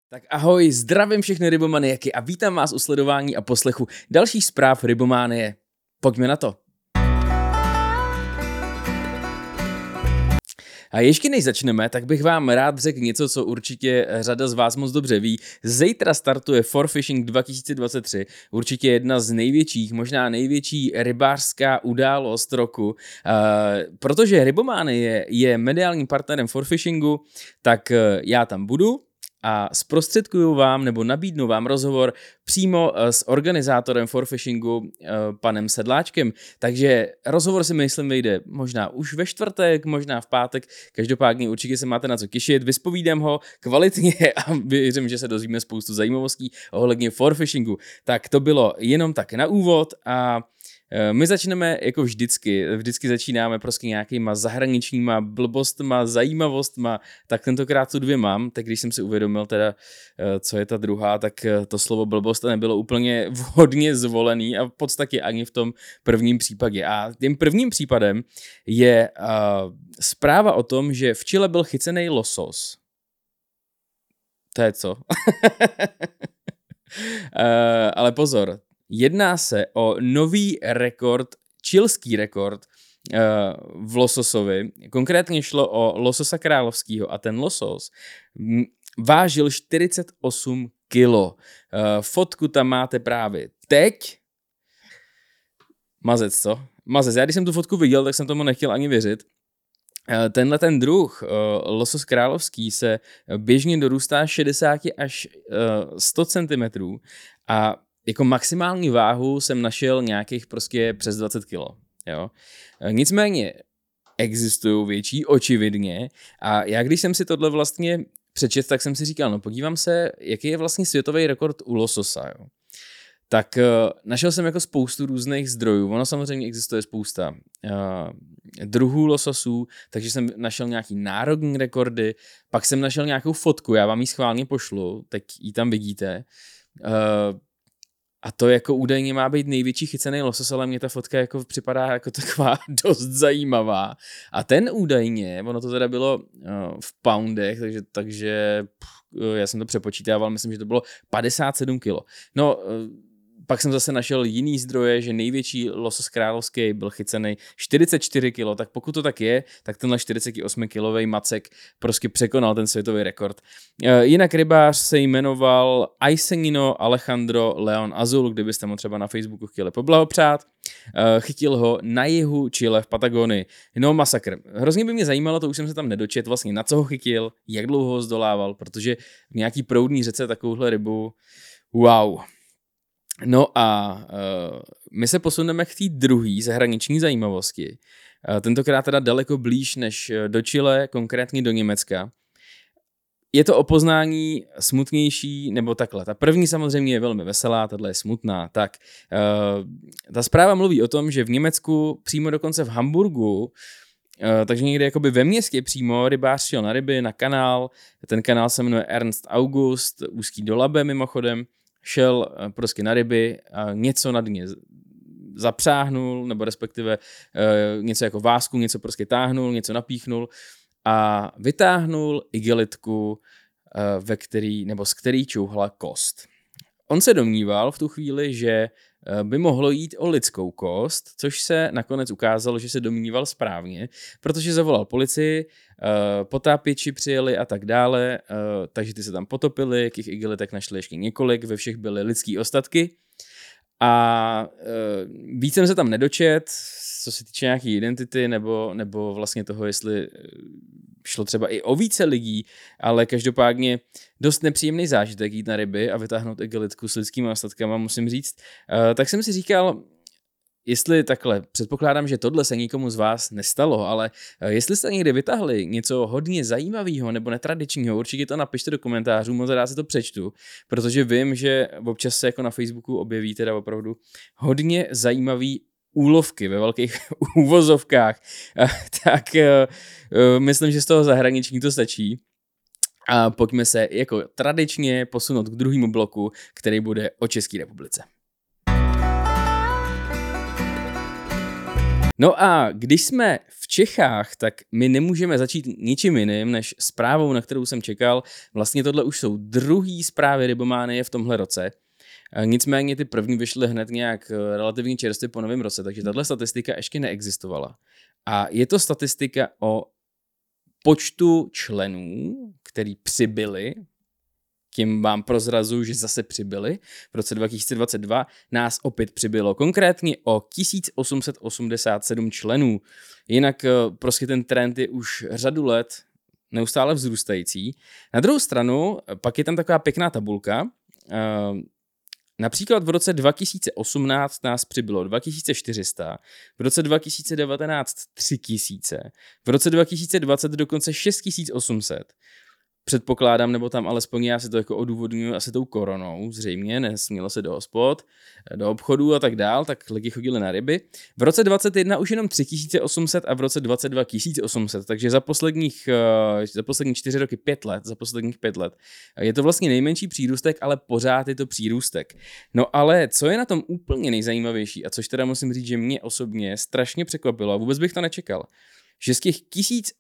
Tak ahoj, zdravím všechny rybomaniaky a vítám vás u sledování a poslechu dalších zpráv Rybománie. Pojďme na to. A ještě než začneme, tak bych vám rád řekl něco, co určitě řada z vás moc dobře ví. Zítra startuje Forfishing 2023, určitě jedna z největších, možná největší rybářská událost roku. Protože Rybománie je mediálním partnerem Forfishingu, tak já tam budu a zprostředkuju vám nebo nabídnu vám rozhovor přímo s organizátorem Forfishingu, panem Sedláčkem. Takže rozhovor si myslím vyjde možná už ve čtvrtek, možná v pátek, každopádně určitě se máte na co těšit, vyspovídám ho kvalitně a věřím, že se dozvíme spoustu zajímavostí ohledně Forfishingu. Tak to bylo jenom tak na úvod a my začneme jako vždycky začínáme prostě nějakýma zahraničníma blbostma, zajímavostma, tak tentokrát tu dvě mám, tak když jsem si uvědomil teda, co je ta druhá, tak to slovo blbost nebylo úplně vhodně zvolený a v podstatě ani v tom prvním případě. A tím prvním případem je zpráva o tom, že v Chile byl chycený losos. To je co? Ale pozor, jedná se o nový rekord, chilský rekord v lososovi. Konkrétně šlo o lososa královského a ten losos vážil 48 kilo. Fotku tam máte právě teď. Mazec, co? Mazec. Já když jsem tu fotku viděl, tak jsem tomu nechtěl ani věřit. Tenhle ten druh, losos královský, se běžně dorůstá 60 až 100 cm a jako maximální váhu jsem našel nějakých prostě přes 20 kg. Jo? Nicméně existují větší, očividně, a já když jsem si tohle vlastně přečetl, tak jsem si říkal, no podívám se, jaký je vlastně světový rekord u lososa. Jo? Tak našel jsem jako spoustu různých zdrojů. Ono samozřejmě existuje spousta druhů lososů, takže jsem našel nějaký národní rekordy, pak jsem našel nějakou fotku, já vám ji schválně pošlu, tak ji tam vidíte. A to jako údajně má být největší chycený losos, ale mně ta fotka jako připadá jako taková dost zajímavá. A ten údajně, ono to teda bylo v poundech, takže já jsem to přepočítával, myslím, že to bylo 57 kilo. No, pak jsem zase našel jiný zdroje, že největší losos královský byl chycený 44 kg, tak pokud to tak je, tak tenhle 48-kilový macek prostě překonal ten světový rekord. Jinak rybář se jmenoval Aisenino Alejandro Leon Azul, kdybyste mu třeba na Facebooku chtěli poblahopřát. Chytil ho na jihu Chile v Patagonii. No masakr. Hrozně by mě zajímalo, to už jsem se tam nedočet, vlastně na co ho chytil, jak dlouho ho zdolával, protože v nějaký proudný řece takovouhle rybu, wow. No a my se posuneme k té druhé zahraniční zajímavosti. Tentokrát teda daleko blíž než do Chile, konkrétně do Německa. Je to o poznání smutnější, nebo takhle. Ta první samozřejmě je velmi veselá, tahle je smutná. Tak, ta zpráva mluví o tom, že v Německu, přímo dokonce v Hamburgu, takže někde jakoby ve městě přímo, rybář šel na ryby, na kanál. Ten kanál se jmenuje Ernst August, úzký do Labe mimochodem. Šel prostě na ryby a něco na dně zapřáhnul, nebo respektive něco jako vásku, něco prostě táhnul, něco napíchnul a vytáhnul igelitku, z který čouhla kost. On se domníval v tu chvíli, že by mohlo jít o lidskou kost, což se nakonec ukázalo, že se domníval správně, protože zavolal policii, potápěči přijeli a tak dále, takže ty se tam potopili, těch igelitek našli ještě několik, ve všech byly lidský ostatky a víc jsem se tam nedočet, co se týče nějaký identity nebo vlastně toho, jestli šlo třeba i o více lidí, ale každopádně dost nepříjemný zážitek jít na ryby a vytáhnout igelitku s lidskými ostatkama, musím říct. Tak jsem si říkal, jestli takhle, předpokládám, že tohle se nikomu z vás nestalo, ale jestli jste někdy vytáhli něco hodně zajímavého nebo netradičního, určitě to napište do komentářů, moc rád si to přečtu, protože vím, že občas se jako na Facebooku objeví teda opravdu hodně zajímavý úlovky ve velkých úvozovkách, tak myslím, že z toho zahraniční to stačí. A pojďme se jako tradičně posunout k druhému bloku, který bude o České republice. No a když jsme v Čechách, tak my nemůžeme začít ničím jiným, než zprávou, na kterou jsem čekal. Vlastně tohle už jsou druhý zprávy Rybománie v tomhle roce. Nicméně ty první vyšly hned nějak relativně čerstvě po novém roce, takže tahle statistika ještě neexistovala. A je to statistika o počtu členů, který přibyli, tím vám prozrazuju, že zase přibyli. V roce 2022 nás opět přibylo konkrétně o 1887 členů. Jinak prostě ten trend je už řadu let neustále vzrůstající. Na druhou stranu pak je tam taková pěkná tabulka. Například v roce 2018 nás přibylo 2400, v roce 2019 3000, v roce 2020 dokonce 6800. Předpokládám, nebo tam alespoň já si to jako odůvodňuji asi tou koronou, zřejmě nesmělo se do hospod, do obchodů a tak dál, tak lidi chodili na ryby. V roce 2021 už jenom 3800 a v roce 2022 1800, takže za poslední 4 roky 5 let, je to vlastně nejmenší přírůstek, ale pořád je to přírůstek. No ale co je na tom úplně nejzajímavější a což teda musím říct, že mě osobně strašně překvapilo a vůbec bych to nečekal, že z těch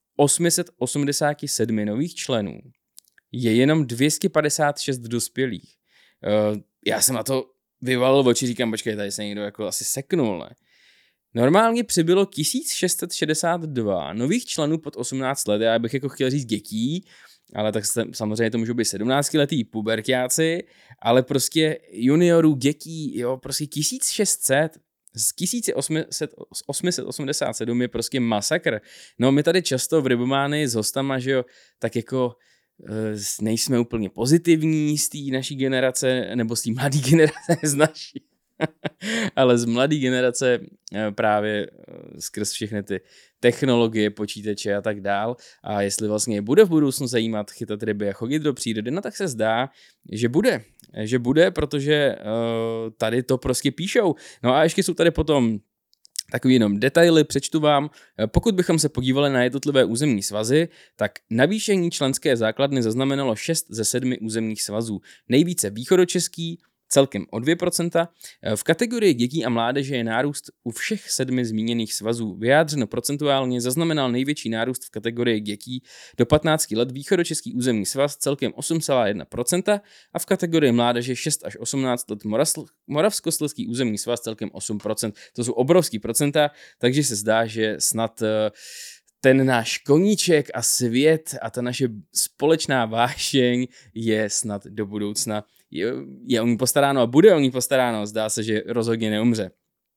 1887 nových členů je jenom 256 dospělých. Já jsem na to vyvalil oči, říkám, počkej, tady se někdo jako asi seknul, ne? Normálně přibylo 1662 nových členů pod 18 let, já bych jako chtěl říct dětí, ale tak samozřejmě to můžou být 17letý puberťáci, ale prostě juniorů, dětí, jo, prostě 1600 z 1887 je prostě masakr. No my tady často v Rybománii s hostama, že jo, tak jako nejsme úplně pozitivní z té naší generace, nebo z té mladé generace z naší, ale z mladé generace právě skrz všechny ty technologie, počítače a tak dál. A jestli vlastně bude v budoucnu zajímat chytat ryby a chodit do přírody, no tak se zdá, že bude, protože tady to prostě píšou. No a ještě jsou tady potom takový jenom detaily, přečtu vám. Pokud bychom se podívali na jednotlivé územní svazy, tak navýšení členské základny zaznamenalo 6 ze 7 územních svazů. Nejvíce východočeský, celkem o 2%. V kategorii dětí a mládeže je nárůst u všech 7 zmíněných svazů. Vyjádřeno procentuálně zaznamenal největší nárůst v kategorii dětí do 15 let východočeský územní svaz celkem 8,1% a v kategorii mládeže 6 až 18 let Moravskoslezský územní svaz celkem 8%. To jsou obrovský procenta, takže se zdá, že snad ten náš koníček a svět a ta naše společná vášeň je snad do budoucna je o ní postaráno a bude o ní postaráno, zdá se, že rozhodně neumře.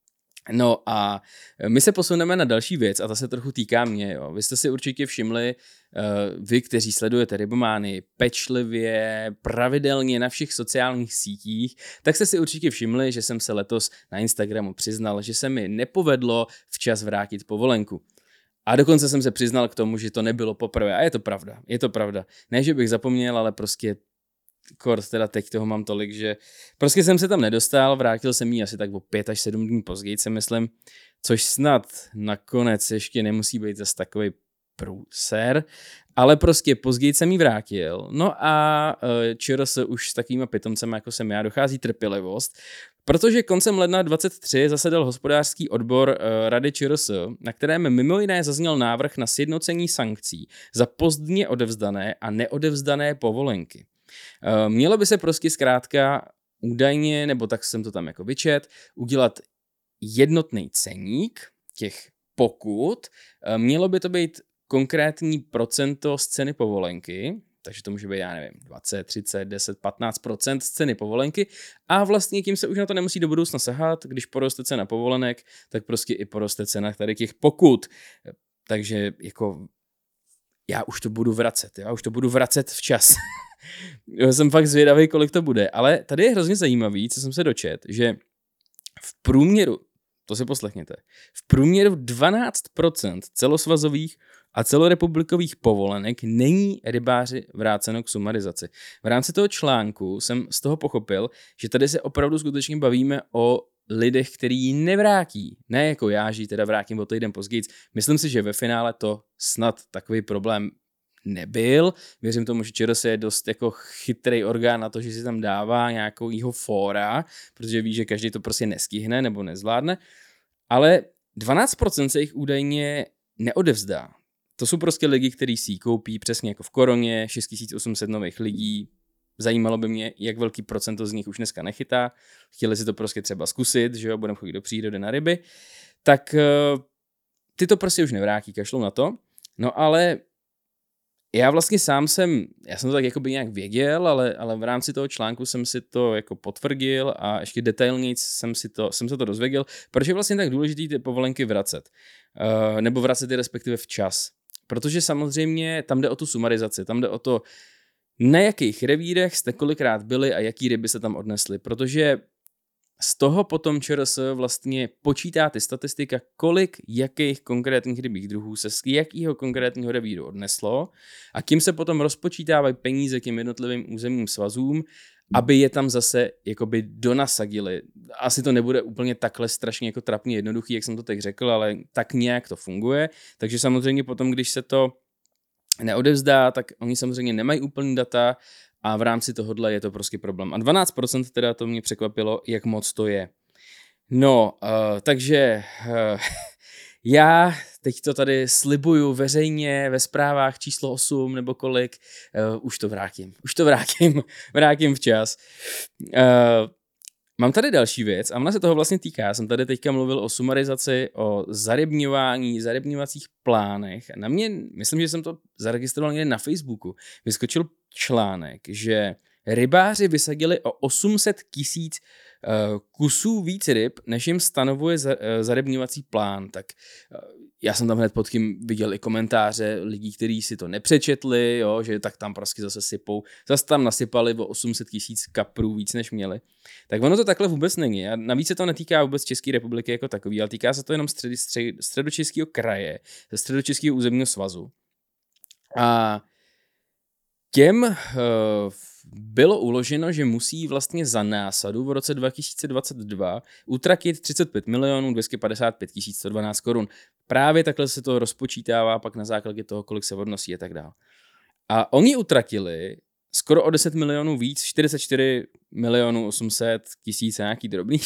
No a my se posuneme na další věc a ta se trochu týká mě. Jo. Vy jste si určitě všimli, vy, kteří sledujete Rybománii pečlivě, pravidelně na všech sociálních sítích, tak jste si určitě všimli, že jsem se letos na Instagramu přiznal, že se mi nepovedlo včas vrátit povolenku. A dokonce jsem se přiznal k tomu, že to nebylo poprvé. A je to pravda. Ne, že bych zapomněl, ale prostě kort, teda teď toho mám tolik, že prostě jsem se tam nedostal, vrátil jsem jí asi tak o 5 až 7 dní později, se myslím, což snad nakonec ještě nemusí být zase takový průser, ale prostě později jsem jí vrátil. No a ČRS už s takovýma pitomcema, jako jsem já, dochází trpělivost, protože koncem ledna 2023 zasedal hospodářský odbor Rady ČRS, na kterém mimo jiné zazněl návrh na sjednocení sankcí za pozdně odevzdané a neodevzdané povolenky. Mělo by se prostě zkrátka údajně, nebo tak jsem to tam jako vyčet, udělat jednotný ceník těch pokut. Mělo by to být konkrétní procento z ceny povolenky, takže to může být, já nevím, 20, 30, 10, 15% z ceny povolenky a vlastně tím se už na to nemusí do budoucna sahat, když poroste cena povolenek, tak prostě i poroste cena tady těch pokut. Takže jako já už to budu vracet včas. Jsem fakt zvědavý, kolik to bude, ale tady je hrozně zajímavý, co jsem se dočet, že v průměru, to si poslechněte, v průměru 12% celosvazových a celorepublikových povolenek není rybáři vráceno k sumarizaci. V rámci toho článku jsem z toho pochopil, že tady se opravdu skutečně bavíme o lidech, který ji nevrátí. Ne jako já, že ji teda vrátím o týden později. Myslím si, že ve finále to snad takový problém nebyl. Věřím tomu, že ČRS je dost jako chytrý orgán na to, že si tam dává nějakou jeho fóra, protože ví, že každý to prostě nestihne nebo nezvládne. Ale 12% se jich údajně neodevzdá. To jsou prostě lidi, kteří si ji koupí přesně jako v koroně, 6800 nových lidí. Zajímalo by mě, jak velký procento z nich už dneska nechytá. Chtěli si to prostě třeba zkusit, že jo, budeme chodit do přírody na ryby. Tak ty to prostě už nevrátí, kašlou na to. No ale já vlastně sám jsem to tak jako by nějak věděl, ale v rámci toho článku jsem si to jako potvrdil a ještě detailněji jsem se to dozvěděl, proč je vlastně tak důležitý ty povolenky vracet. Nebo vracet je respektive včas. Protože samozřejmě tam jde o tu sumarizaci, tam jde o to, na jakých revírech jste kolikrát byli a jaký ryby se tam odnesly. Protože z toho potom ČRS vlastně počítá ty statistika, kolik jakých konkrétních rybích druhů se z jakého konkrétního revíru odneslo a tím se potom rozpočítávají peníze těm jednotlivým územním svazům, aby je tam zase jakoby donasadili. Asi to nebude úplně takhle strašně jako trapně jednoduchý, jak jsem to teď řekl, ale tak nějak to funguje. Takže samozřejmě potom, když se to neodevzdá, tak oni samozřejmě nemají úplný data a v rámci tohohle je to prostě problém. A 12% teda to mě překvapilo, jak moc to je. No, takže já teď to tady slibuju veřejně ve zprávách číslo 8 nebo kolik, už to vrátím včas. Mám tady další věc a ona se toho vlastně týká. Já jsem tady teďka mluvil o sumarizaci, o zarybňování, zarybňovacích plánech. Na mě, myslím, že jsem to zaregistroval někde na Facebooku, vyskočil článek, že rybáři vysadili o 800 000 kusů víc ryb, než jim stanovuje zarybňovací plán. Tak já jsem tam hned pod tím viděl i komentáře lidí, kteří si to nepřečetli, jo, že tak tam prostě zase sypou. Zase tam nasypali o 800 000 kaprů víc, než měli. Tak ono to takhle vůbec není. A navíc se to netýká vůbec České republiky jako takový, ale týká se to jenom středočeského kraje, ze středočeského územního svazu. A těm bylo uloženo, že musí vlastně za násadu v roce 2022 utratit 35 255 112 korun. Právě takhle se to rozpočítává pak na základě toho, kolik se odnosí a tak dále. A oni utratili skoro o 10 milionů víc, 44 800 000 nějaký drobný,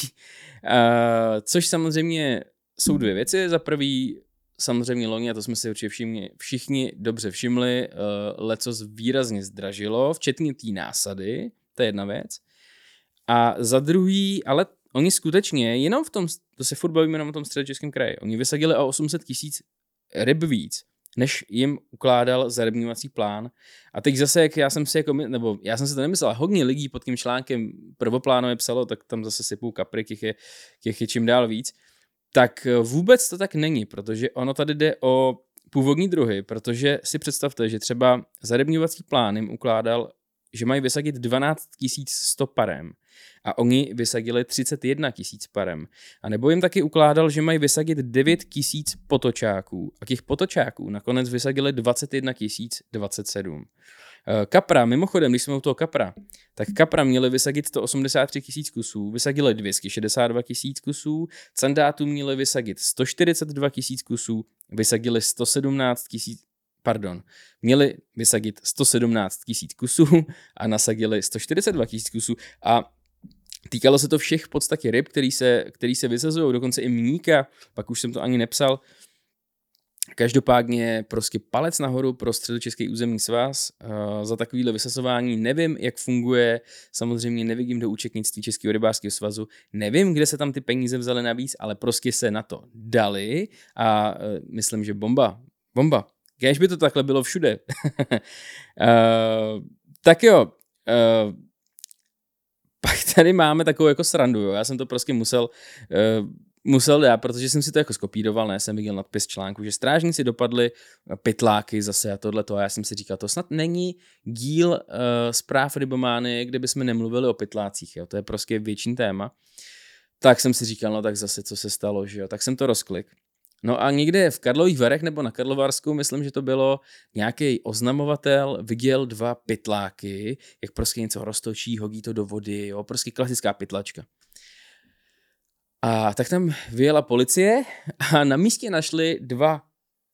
což samozřejmě jsou dvě věci. Za prvý samozřejmě loni, a to jsme si určitě všichni dobře všimli, lecos výrazně zdražilo, včetně té násady, to je jedna věc. A za druhý, ale oni skutečně, jenom v tom, to se furt bavíme jenom o tom středočeském kraji, oni vysadili o 800 000 ryb víc, než jim ukládal zarybňovací plán. A teď zase, jak já jsem si to nemyslel, ale hodně lidí pod tím článkem prvoplánově psalo, tak tam zase sypou kapry, těch je čím dál víc. Tak vůbec to tak není, protože ono tady jde o původní druhy, protože si představte, že třeba zarybňovací plán jim ukládal, že mají vysadit 12 100 parem a oni vysadili 31 000 parem. A nebo jim taky ukládal, že mají vysadit 9 000 potočáků a těch potočáků nakonec vysadili 21 027. Kapra, mimochodem, když jsme u toho kapra, tak kapra měli vysadit 183 000 kusů, vysadili 262 000 kusů, candátu měli vysadit 142 000 kusů, vysadili 117 000 kusů a nasadili 142 000 kusů a týkalo se to všech v podstatě ryb, který se vysazují, dokonce i mníka, pak už jsem to ani nepsal. Každopádně prostě palec nahoru pro Středočeský územní svaz za takovýhle vysazování. Nevím, jak funguje, samozřejmě nevidím do účetnictví Českého rybářského svazu, nevím, kde se tam ty peníze vzaly navíc, ale prostě se na to dali a myslím, že bomba. Kéž by to takhle bylo všude. Tak jo, pak tady máme takovou jako srandu, jo. Já jsem to prostě musel dát, protože jsem si to jako skopíroval, ne, jsem viděl nadpis článku, že strážníci dopadli pytláky zase a tohleto a já jsem si říkal, to snad není díl zpráv rybomány, kde bychom nemluvili o pytlácích, jo, to je prostě větší téma. Tak jsem si říkal, no tak zase co se stalo, že jo, tak jsem to rozklik. No a někde v Karlových Varech nebo na Karlovarsku, myslím, že to bylo, nějaký oznamovatel viděl 2 pytláky, jak prostě něco roztočí, hodí to do vody, jo, prostě klasická pytlačka. A tak tam vyjela policie a na místě našli 2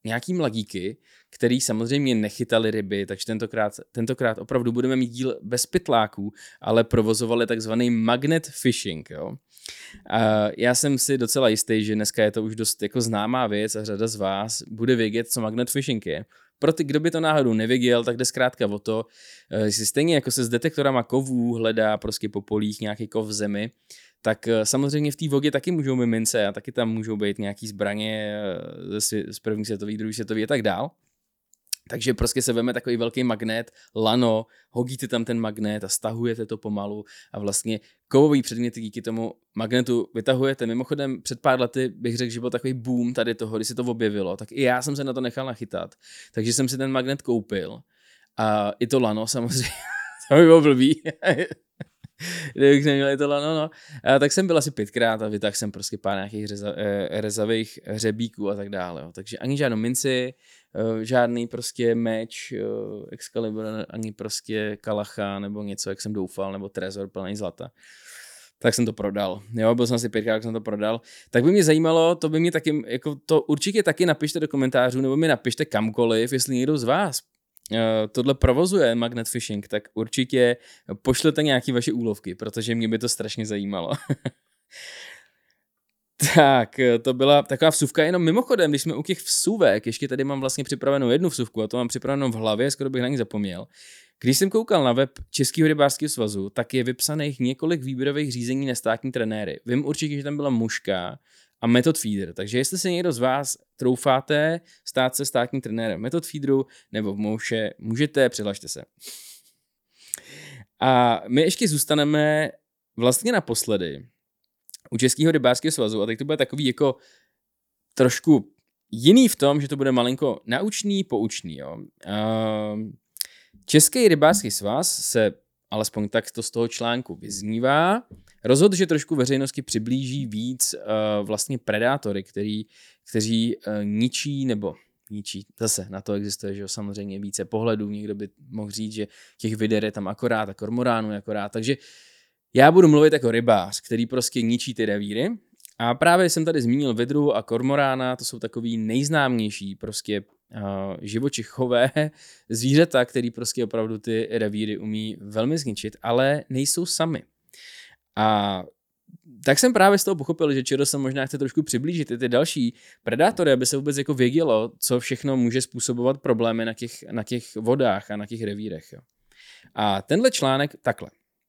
nějaký mladíky, který samozřejmě nechytali ryby, takže tentokrát opravdu budeme mít díl bez pytláků, ale provozovali takzvaný magnet fishing. Jo? A já jsem si docela jistý, že dneska je to už dost jako známá věc a řada z vás bude vědět, co magnet fishing je. Pro ty, kdo by to náhodou nevěděl, tak jde zkrátka o to, že stejně jako se s detektorama kovů hledá prostě po polích nějaký kov v zemi, tak samozřejmě v té vodě taky můžou být mince a taky tam můžou být nějaký zbraně z první světový, druhý světový a tak dál. Takže prostě se veme takový velký magnet, lano, hodíte tam ten magnet a stahujete to pomalu a vlastně kovový předměty díky tomu magnetu vytahujete. Mimochodem před pár lety bych řekl, že byl takový boom tady toho, když se to objevilo, tak i já jsem se na to nechal nachytat. Takže jsem si ten magnet koupil a i to lano samozřejmě, to by bylo blbý. Kdybych neměl to lano, no. Tak jsem byl asi 5krát a vytáhl jsem prostě pár nějakých rezavých hřebíků a tak dále. Jo. Takže ani žádnou minci, žádný prostě meč, Excalibur, ani prostě kalacha nebo něco, jak jsem doufal, nebo trezor plný zlata. Tak jsem to prodal. Jo, byl jsem asi 5krát, jak jsem to prodal. Tak by mě zajímalo, to by mě taky, jako to určitě taky napište do komentářů, nebo mi napište kamkoliv, jestli někdo z vás tohle provozuje magnet fishing, tak určitě pošlete nějaké vaše úlovky, protože mě by to strašně zajímalo. Tak, to byla taková vsuvka, jenom mimochodem, když jsme u těch vsuvek, ještě tady mám vlastně připravenou jednu vsuvku a to mám připravenou v hlavě, skoro bych na ní zapomněl. Když jsem koukal na web Českého rybářského svazu, tak je vypsaných několik výběrových řízení na státní trenéry. Vím určitě, že tam byla muška a Method Feeder, takže jestli se někdo z vás troufáte stát se státním trenérem Method Feederu nebo v Mouše, můžete, přihlašte se. A my ještě zůstaneme vlastně naposledy u Českého rybářského svazu a teď to bude takový jako trošku jiný v tom, že to bude malinko naučný, poučný. Jo. Český rybářský svaz se, alespoň tak to z toho článku vyznívá, rozhodl, že trošku veřejnosti přiblíží víc vlastně predátory, kteří ničí nebo ničí. Zase na to existuje, že jo, samozřejmě více pohledů, někdo by mohl říct, že těch vider je tam akorát a kormoránů je akorát, takže já budu mluvit jako rybář, který prostě ničí ty revíry a právě jsem tady zmínil vidru a kormorána, to jsou takový nejznámější prostě živočichové zvířata, který prostě opravdu ty revíry umí velmi zničit, ale nejsou sami. A tak jsem právě z toho pochopil, že ČR se možná chce trošku přiblížit i ty další predátory, aby se vůbec jako vědělo, co všechno může způsobovat problémy na těch vodách a na těch revírech. Jo. A tenhle článek takhle.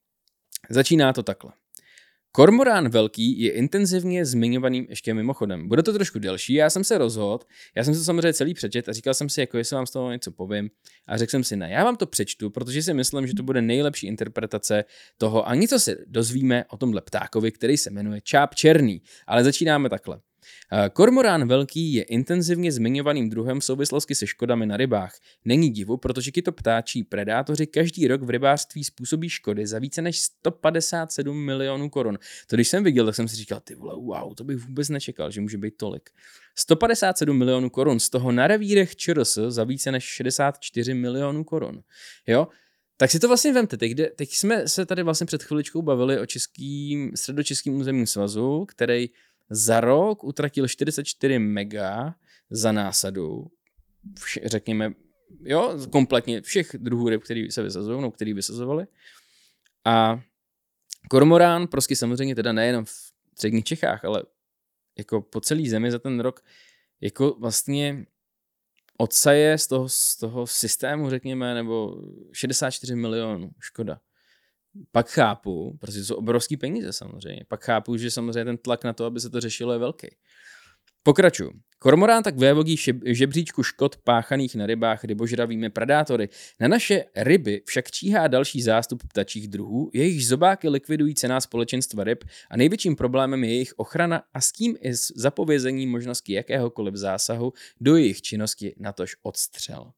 Začíná to takhle. Kormorán velký je intenzivně zmiňovaným ještě mimochodem. Bude to trošku delší, já jsem se rozhodl, já jsem se samozřejmě celý přečet a říkal jsem si, jako jestli vám z toho něco povím a řekl jsem si, ne, já vám to přečtu, protože si myslím, že to bude nejlepší interpretace toho a něco se dozvíme o tomhle ptákovi, který se jmenuje čáp černý, ale začínáme takhle. Kormorán velký je intenzivně zmiňovaným druhem v souvislosti se škodami na rybách. Není divu, protože tito ptáčí predátoři každý rok v rybářství způsobí škody za více než 157 milionů korun. To když jsem viděl, tak jsem si říkal, ty vole, wow, to bych vůbec nečekal, že může být tolik. 157 milionů korun, z toho na revírech ČRS za více než 64 milionů korun. Jo? Tak si to vlastně vemte, teď jsme se tady vlastně před chviličkou bavili o středočeským územním svazu, který za rok utratil 44 mega za násadu, řekněme, jo, kompletně všech druhů ryb, který se vysazují, no, který vysazovali. A kormorán prostě samozřejmě teda nejenom v středních Čechách, ale jako po celý zemi za ten rok jako vlastně odsaje z toho systému, řekněme, nebo 64 milionů, škoda. Pak chápu, protože to jsou obrovský peníze samozřejmě, pak chápu, že samozřejmě ten tlak na to, aby se to řešilo, je velký. Pokračuju. Kormorán tak vévodí žebříčku škod páchaných na rybách rybožravými predátory. Na naše ryby však číhá další zástup ptačích druhů, jejichž zobáky likvidují cenná společenstva ryb a největším problémem je jejich ochrana a s tím i zapovězení možnosti jakéhokoliv zásahu do jejich činnosti, natož odstřel.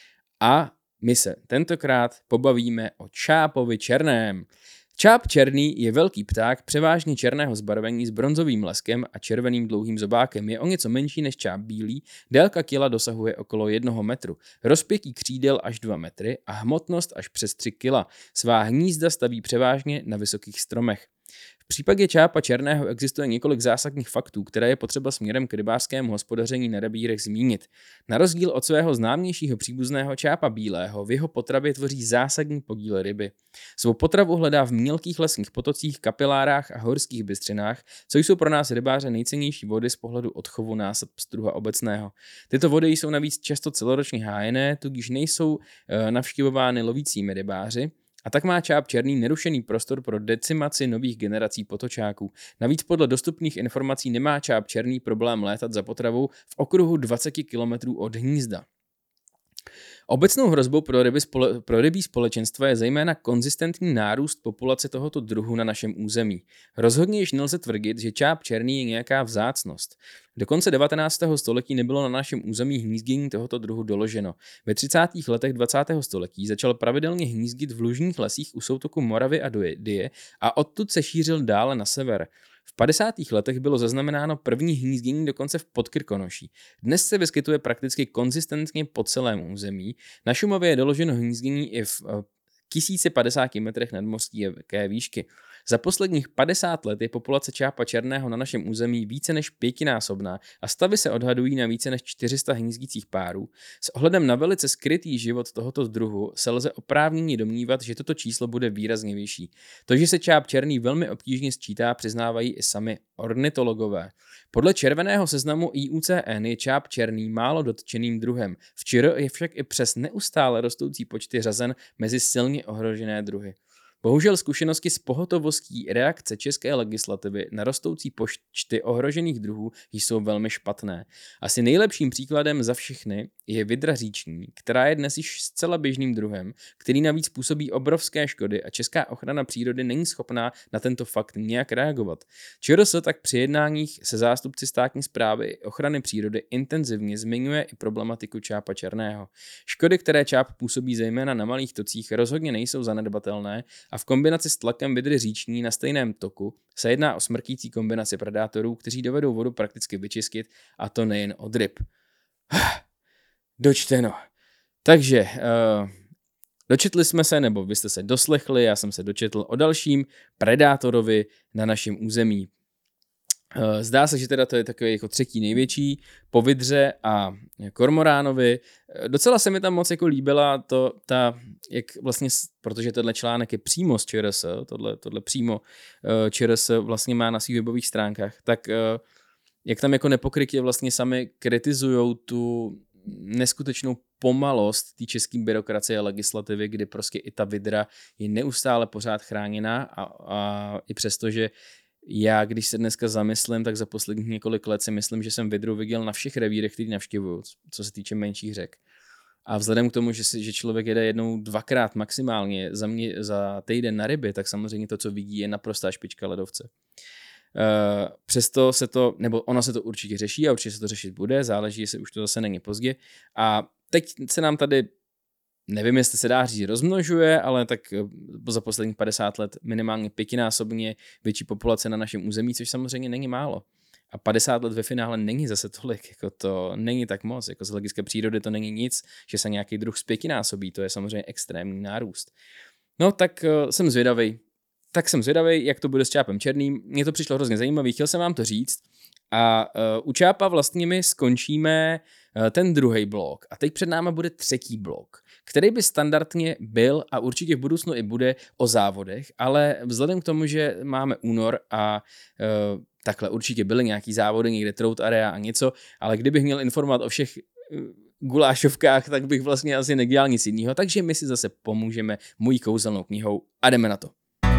A my se tentokrát pobavíme o čápovi černém. Čáp černý je velký pták převážně černého zbarvení s bronzovým leskem a červeným dlouhým zobákem. Je o něco menší než čáp bílý, délka těla dosahuje okolo 1 metru, rozpětí křídel až 2 metry a hmotnost až přes 3 kila. Svá hnízda staví převážně na vysokých stromech. V případě čápa černého existuje několik zásadních faktů, které je potřeba směrem k rybářskému hospodaření na rybírech zmínit. Na rozdíl od svého známějšího příbuzného čápa bílého, v jeho potravě tvoří zásadní podíl ryby. Svou potravu hledá v mělkých lesních potocích, kapilárách a horských bystřinách, co jsou pro nás rybáře nejcennější vody z pohledu odchovu násad pstruha obecného. Tyto vody jsou navíc často celoročně hájené, tudíž nejsou navštěvovány lovícími rybáři, a tak má čáp černý nerušený prostor pro decimaci nových generací potočáků. Navíc podle dostupných informací nemá čáp černý problém létat za potravou v okruhu 20 km od hnízda. Obecnou hrozbou pro rybí společenstva je zejména konzistentní nárůst populace tohoto druhu na našem území. Rozhodně již nelze tvrdit, že čáp černý je nějaká vzácnost. Do konce 19. století nebylo na našem území hnízdění tohoto druhu doloženo. Ve 30. letech 20. století začal pravidelně hnízdit v lužních lesích u soutoku Moravy a Dyje a odtud se šířil dále na sever. V 50. letech bylo zaznamenáno první hnízdění dokonce v Podkrkonoší. Dnes se vyskytuje prakticky konzistentně po celém území. Na Šumavě je doloženo hnízdění i v 1050 metrech nadmořské výšky. Za posledních 50 let je populace čápa černého na našem území více než pětinásobná a stavy se odhadují na více než 400 hnízdících párů. S ohledem na velice skrytý život tohoto druhu se lze oprávněně domnívat, že toto číslo bude výrazně vyšší. To, že se čáp černý velmi obtížně sčítá, přiznávají i sami ornitologové. Podle červeného seznamu IUCN je čáp černý málo dotčeným druhem. V ČR je však i přes neustále rostoucí počty řazen mezi silně ohrožené druhy. Bohužel zkušenosti s pohotovostí reakce české legislativy na rostoucí počty ohrožených druhů jsou velmi špatné. Asi nejlepším příkladem za všechny je vydra říční, která je dnes již zcela běžným druhem, který navíc působí obrovské škody a česká ochrana přírody není schopná na tento fakt nějak reagovat. ČR tak při jednáních se zástupci státní správy ochrany přírody intenzivně zmiňuje i problematiku čápa černého. Škody, které čáp působí zejména na malých tocích, rozhodně nejsou zanedbatelné a v kombinaci s tlakem vydry říční na stejném toku se jedná o smrtící kombinaci predátorů, kteří dovedou vodu prakticky vyčistit, a to nejen od ryb. Dočteno. Takže dočetli jsme se, nebo vy jste se doslechli, já jsem se dočetl o dalším predátorovi na našem území. Zdá se, že teda to je takový jako třetí největší po vydře a kormoránovi. Docela se mi tam moc jako líbila jak vlastně, protože tenhle článek je přímo z ČRS, tohle přímo ČRS vlastně má na svých webových stránkách, tak jak tam jako nepokrytě vlastně sami kritizujou tu neskutečnou pomalost té české byrokracie a legislativy, kdy prostě i ta vydra je neustále pořád chráněná a i přesto, že já, když se dneska zamyslím, tak za posledních několik let si myslím, že jsem vydru viděl na všech revírech, který navštěvuju, co se týče menších řek. A vzhledem k tomu, že člověk jede jednou, dvakrát maximálně za týden na ryby, tak samozřejmě to, co vidí, je naprostá špička ledovce. Přesto ono se to určitě řeší a určitě se to řešit bude, záleží, jestli už to zase není pozdě. A teď se nám tady, nevím, jestli se dá říct, rozmnožuje, ale tak za posledních 50 let minimálně pětinásobně větší populace na našem území, což samozřejmě není málo. A 50 let ve finále není zase tolik, jako to není tak moc, jako z hlediska přírody to není nic, že se nějaký druh zpětinásobí, to je samozřejmě extrémní nárůst. No tak jsem zvědavej, jak to bude s čápem černým. Mně to přišlo hrozně zajímavý, chtěl jsem vám to říct. A u čápa vlastně my skončíme ten druhý blok. A teď před náma bude třetí blok, který by standardně byl a určitě v budoucnu i bude o závodech, ale vzhledem k tomu, že máme únor a takhle určitě byly nějaký závody, někde trout area a něco, ale kdybych měl informovat o všech gulášovkách, tak bych vlastně asi nedělal nic jiného, takže my si zase pomůžeme mojí kouzelnou knihou a jdeme na to.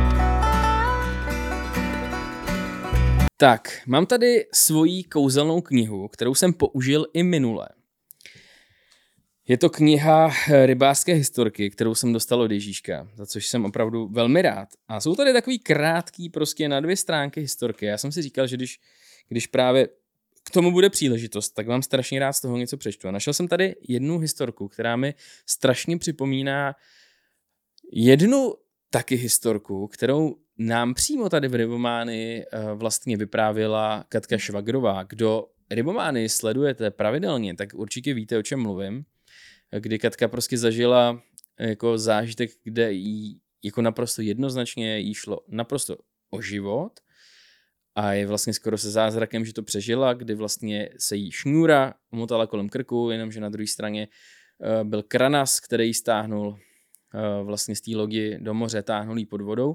Tak, mám tady svoji kouzelnou knihu, kterou jsem použil i minule. Je to kniha rybářské historky, kterou jsem dostal od Ježíška, za což jsem opravdu velmi rád. A jsou tady takový krátký, prostě na 2 stránky historky. Já jsem si říkal, že když právě k tomu bude příležitost, tak vám strašně rád z toho něco přečtu. A našel jsem tady jednu historku, která mi strašně připomíná jednu taky historku, kterou nám přímo tady v Rybománii vlastně vyprávěla Katka Švagrová. Kdo Rybománii sledujete pravidelně, tak určitě víte, o čem mluvím. Kdy Katka prostě zažila jako zážitek, kde jí jako naprosto jednoznačně jí šlo naprosto o život a je vlastně skoro se zázrakem, že to přežila, kdy vlastně se jí šňůra omotala kolem krku, jenomže na druhé straně byl kranas, který ji stáhnul vlastně z té lodi do moře, táhnul jí pod vodou.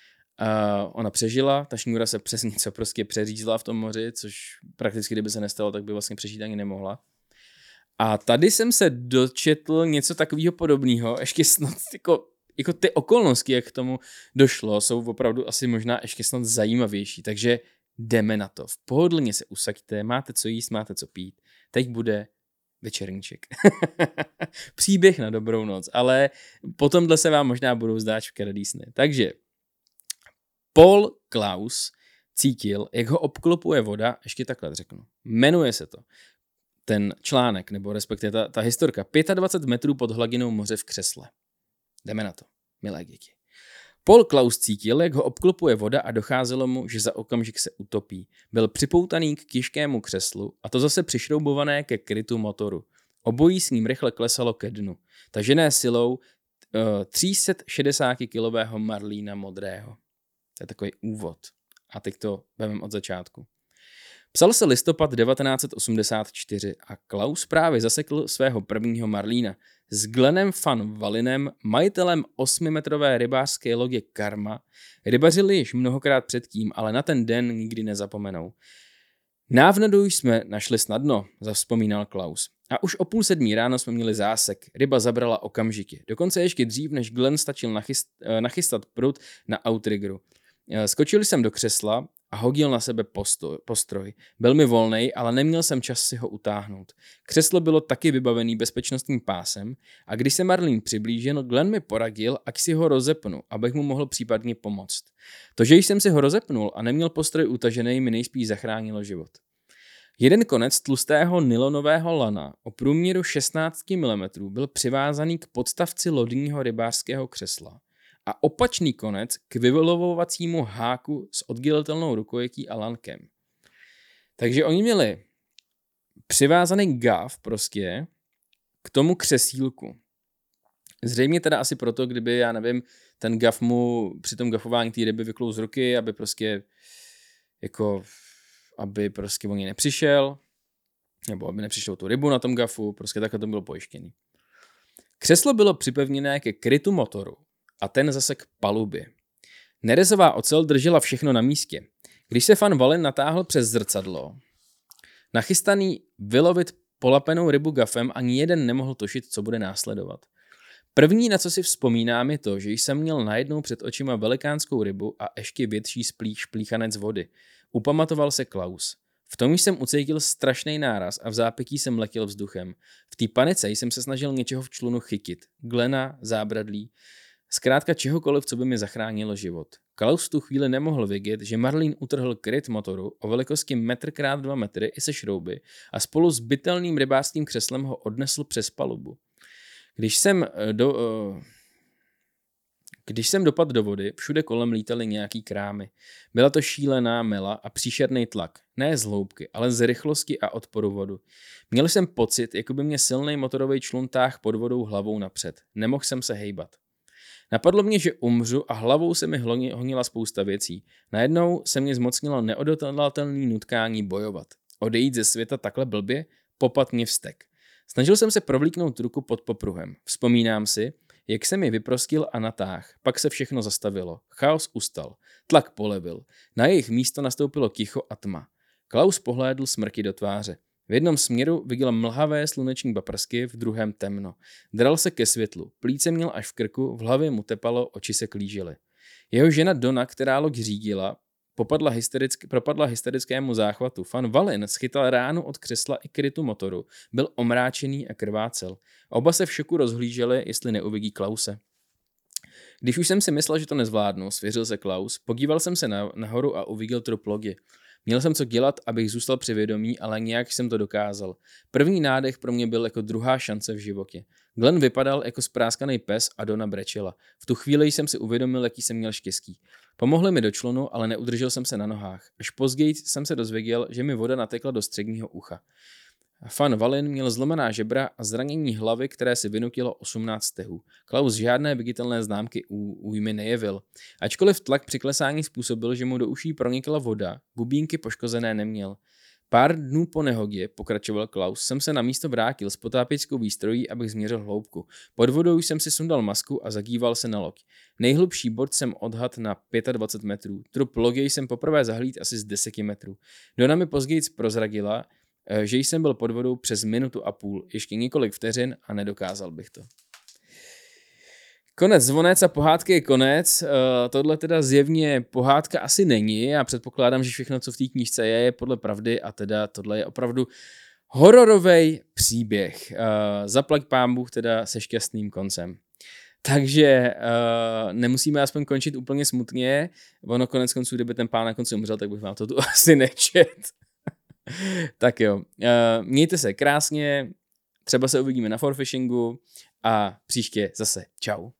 Ona přežila, ta šňůra se přes něco prostě přeřízla v tom moři, což prakticky kdyby se nestalo, tak by vlastně přežít ani nemohla. A tady jsem se dočetl něco takového podobného, ještě snad jako ty okolnosti, jak k tomu došlo, jsou opravdu asi možná ještě snad zajímavější, takže jdeme na to. V pohodlně se usaďte, máte co jíst, máte co pít. Teď bude večerníček. Příběh na dobrou noc, ale potomhle se vám možná budou zdát škaredý sny. Takže Paul Klaus cítil, jak ho obklopuje voda, ještě takhle řeknu. Jmenuje se to ten článek, nebo respektive ta historka, 25 metrů pod hladinou moře v křesle. Jdeme na to, milé děti. Paul Klaus cítil, jak ho obklopuje voda a docházelo mu, že za okamžik se utopí. Byl připoutaný k těžkému křeslu a to zase přišroubované ke krytu motoru. Obojí s ním rychle klesalo ke dnu, tažené silou 360-kilového marlína modrého. To je takový úvod. A teď to vezmeme od začátku. Psal se listopad 1984 a Klaus právě zasekl svého prvního marlína s Glennem van Wallinem, majitelem 8metrové rybářské lodě Karma. Rybařili již mnohokrát předtím, ale na ten den nikdy nezapomenou. Návnadu jsme našli snadno, zavzpomínal Klaus. A už o 6:30 ráno jsme měli zásek. Ryba zabrala okamžitě. Dokonce ještě dřív, než Glenn stačil nachystat prut na outriggeru. Skočil jsem do křesla a hodil na sebe postroj. Byl mi volnej, ale neměl jsem čas si ho utáhnout. Křeslo bylo taky vybavený bezpečnostním pásem a když se marlín přiblížil, Glenn mi poradil, ať si ho rozepnu, abych mu mohl případně pomoct. To, že jsem si ho rozepnul a neměl postroj utažený, mi nejspíš zachránilo život. Jeden konec tlustého nylonového lana o průměru 16 mm byl přivázaný k podstavci lodního rybářského křesla a opačný konec k vyvolovacímu háku s oddělitelnou rukojetí a lankem. Takže oni měli přivázaný gaf prostě k tomu křesílku. Zřejmě teda asi proto, kdyby, já nevím, ten gaf mu při tom gafování té ryby vyklou z ruky, aby prostě o něj nepřišel, nebo aby nepřišel tu rybu na tom gafu, prostě takhle to bylo pojištěný. Křeslo bylo připevněné ke krytu motoru a ten zase k palubě. Nerezová ocel držela všechno na místě. Když se Van Wallen natáhl přes zrcadlo, nachystaný vylovit polapenou rybu gafem, ani jeden nemohl tušit, co bude následovat. První, na co si vzpomínám, je to, že jsem měl najednou před očima velikánskou rybu a ještě větší šplíchanec vody. Upamatoval se Klaus. V tom jsem ucítil strašný náraz a v zápětí jsem letěl vzduchem. V té panice jsem se snažil něčeho v člunu chytit. Glena, zábradlí, zkrátka čehokoliv, co by mi zachránilo život. Klaus v tu chvíli nemohl vědět, že marlín utrhl kryt motoru o velikosti 1x2 metry i se šrouby a spolu s bytelným rybářským křeslem ho odnesl přes palubu. Když jsem dopadl do vody, všude kolem lítaly nějaký krámy. Byla to šílená mela a příšerný tlak. Ne z hloubky, ale z rychlosti a odporu vodu. Měl jsem pocit, jako by mě silný motorový člun táhl pod vodou hlavou napřed. Nemohl jsem se hejbat. Napadlo mě, že umřu a hlavou se mi honila spousta věcí. Najednou se mě zmocnilo neodolatelné nutkání bojovat. Odejít ze světa takhle blbě? Popad mě vztek. Snažil jsem se provlíknout ruku pod popruhem. Vzpomínám si, jak se mi vyprostil a natáhl. Pak se všechno zastavilo. Chaos ustal. Tlak polevil. Na jejich místo nastoupilo ticho a tma. Klaus pohlédl smrky do tváře. V jednom směru viděl mlhavé sluneční paprsky, v druhém temno. Dral se ke světlu. Plíce měl až v krku, v hlavě mu tepalo, oči se klížily. Jeho žena Donna, která loď řídila, propadla hysterickému záchvatu. Van Wallen schytal ránu od křesla i krytu motoru. Byl omráčený a krvácel. Oba se v šoku rozhlíželi, jestli neuvidí Klause. Když už jsem si myslel, že to nezvládnu, svěřil se Klaus, podíval jsem se nahoru a uviděl trup lodi. Měl jsem co dělat, abych zůstal při vědomí, ale nějak jsem to dokázal. První nádech pro mě byl jako druhá šance v životě. Glenn vypadal jako spráskaný pes a Donna brečela. V tu chvíli jsem si uvědomil, jaký jsem měl štěstí. Pomohli mi do člunu, ale neudržel jsem se na nohách. Až později jsem se dozvěděl, že mi voda natekla do středního ucha. Van Valin měl zlomená žebra a zranění hlavy, které si vynutilo 18 stehů. Klaus žádné viditelné známky újmy nejevil. Ačkoliv tlak při klesání způsobil, že mu do uší pronikla voda, bubínky poškozené neměl. Pár dnů po nehodě, pokračoval Klaus, jsem se na místo vrátil s potápěčskou výstrojí, abych změřil hloubku. Pod vodou jsem si sundal masku a zadíval se na loď. Nejhlubší bod jsem odhad na 25 metrů. Trup lodě jsem poprvé zahlíd asi z 10 metrů. Donna mi později prozradila, že jsem byl pod vodou přes minutu a půl, ještě několik vteřin a nedokázal bych to. Konec, zvonec a pohádky je konec. Tohle teda zjevně pohádka asi není. Já předpokládám, že všechno, co v té knížce je podle pravdy a teda tohle je opravdu hororový příběh. Zaplať pán Bůh teda se šťastným koncem. Takže nemusíme aspoň končit úplně smutně. Ono konec konců, kdyby ten pán na konci umřel, tak bych vám to tu asi nečet. Tak jo, mějte se krásně, třeba se uvidíme na forfishingu a příště zase čau.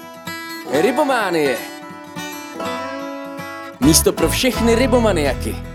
Rybománie. Místo pro všechny rybomaniaky.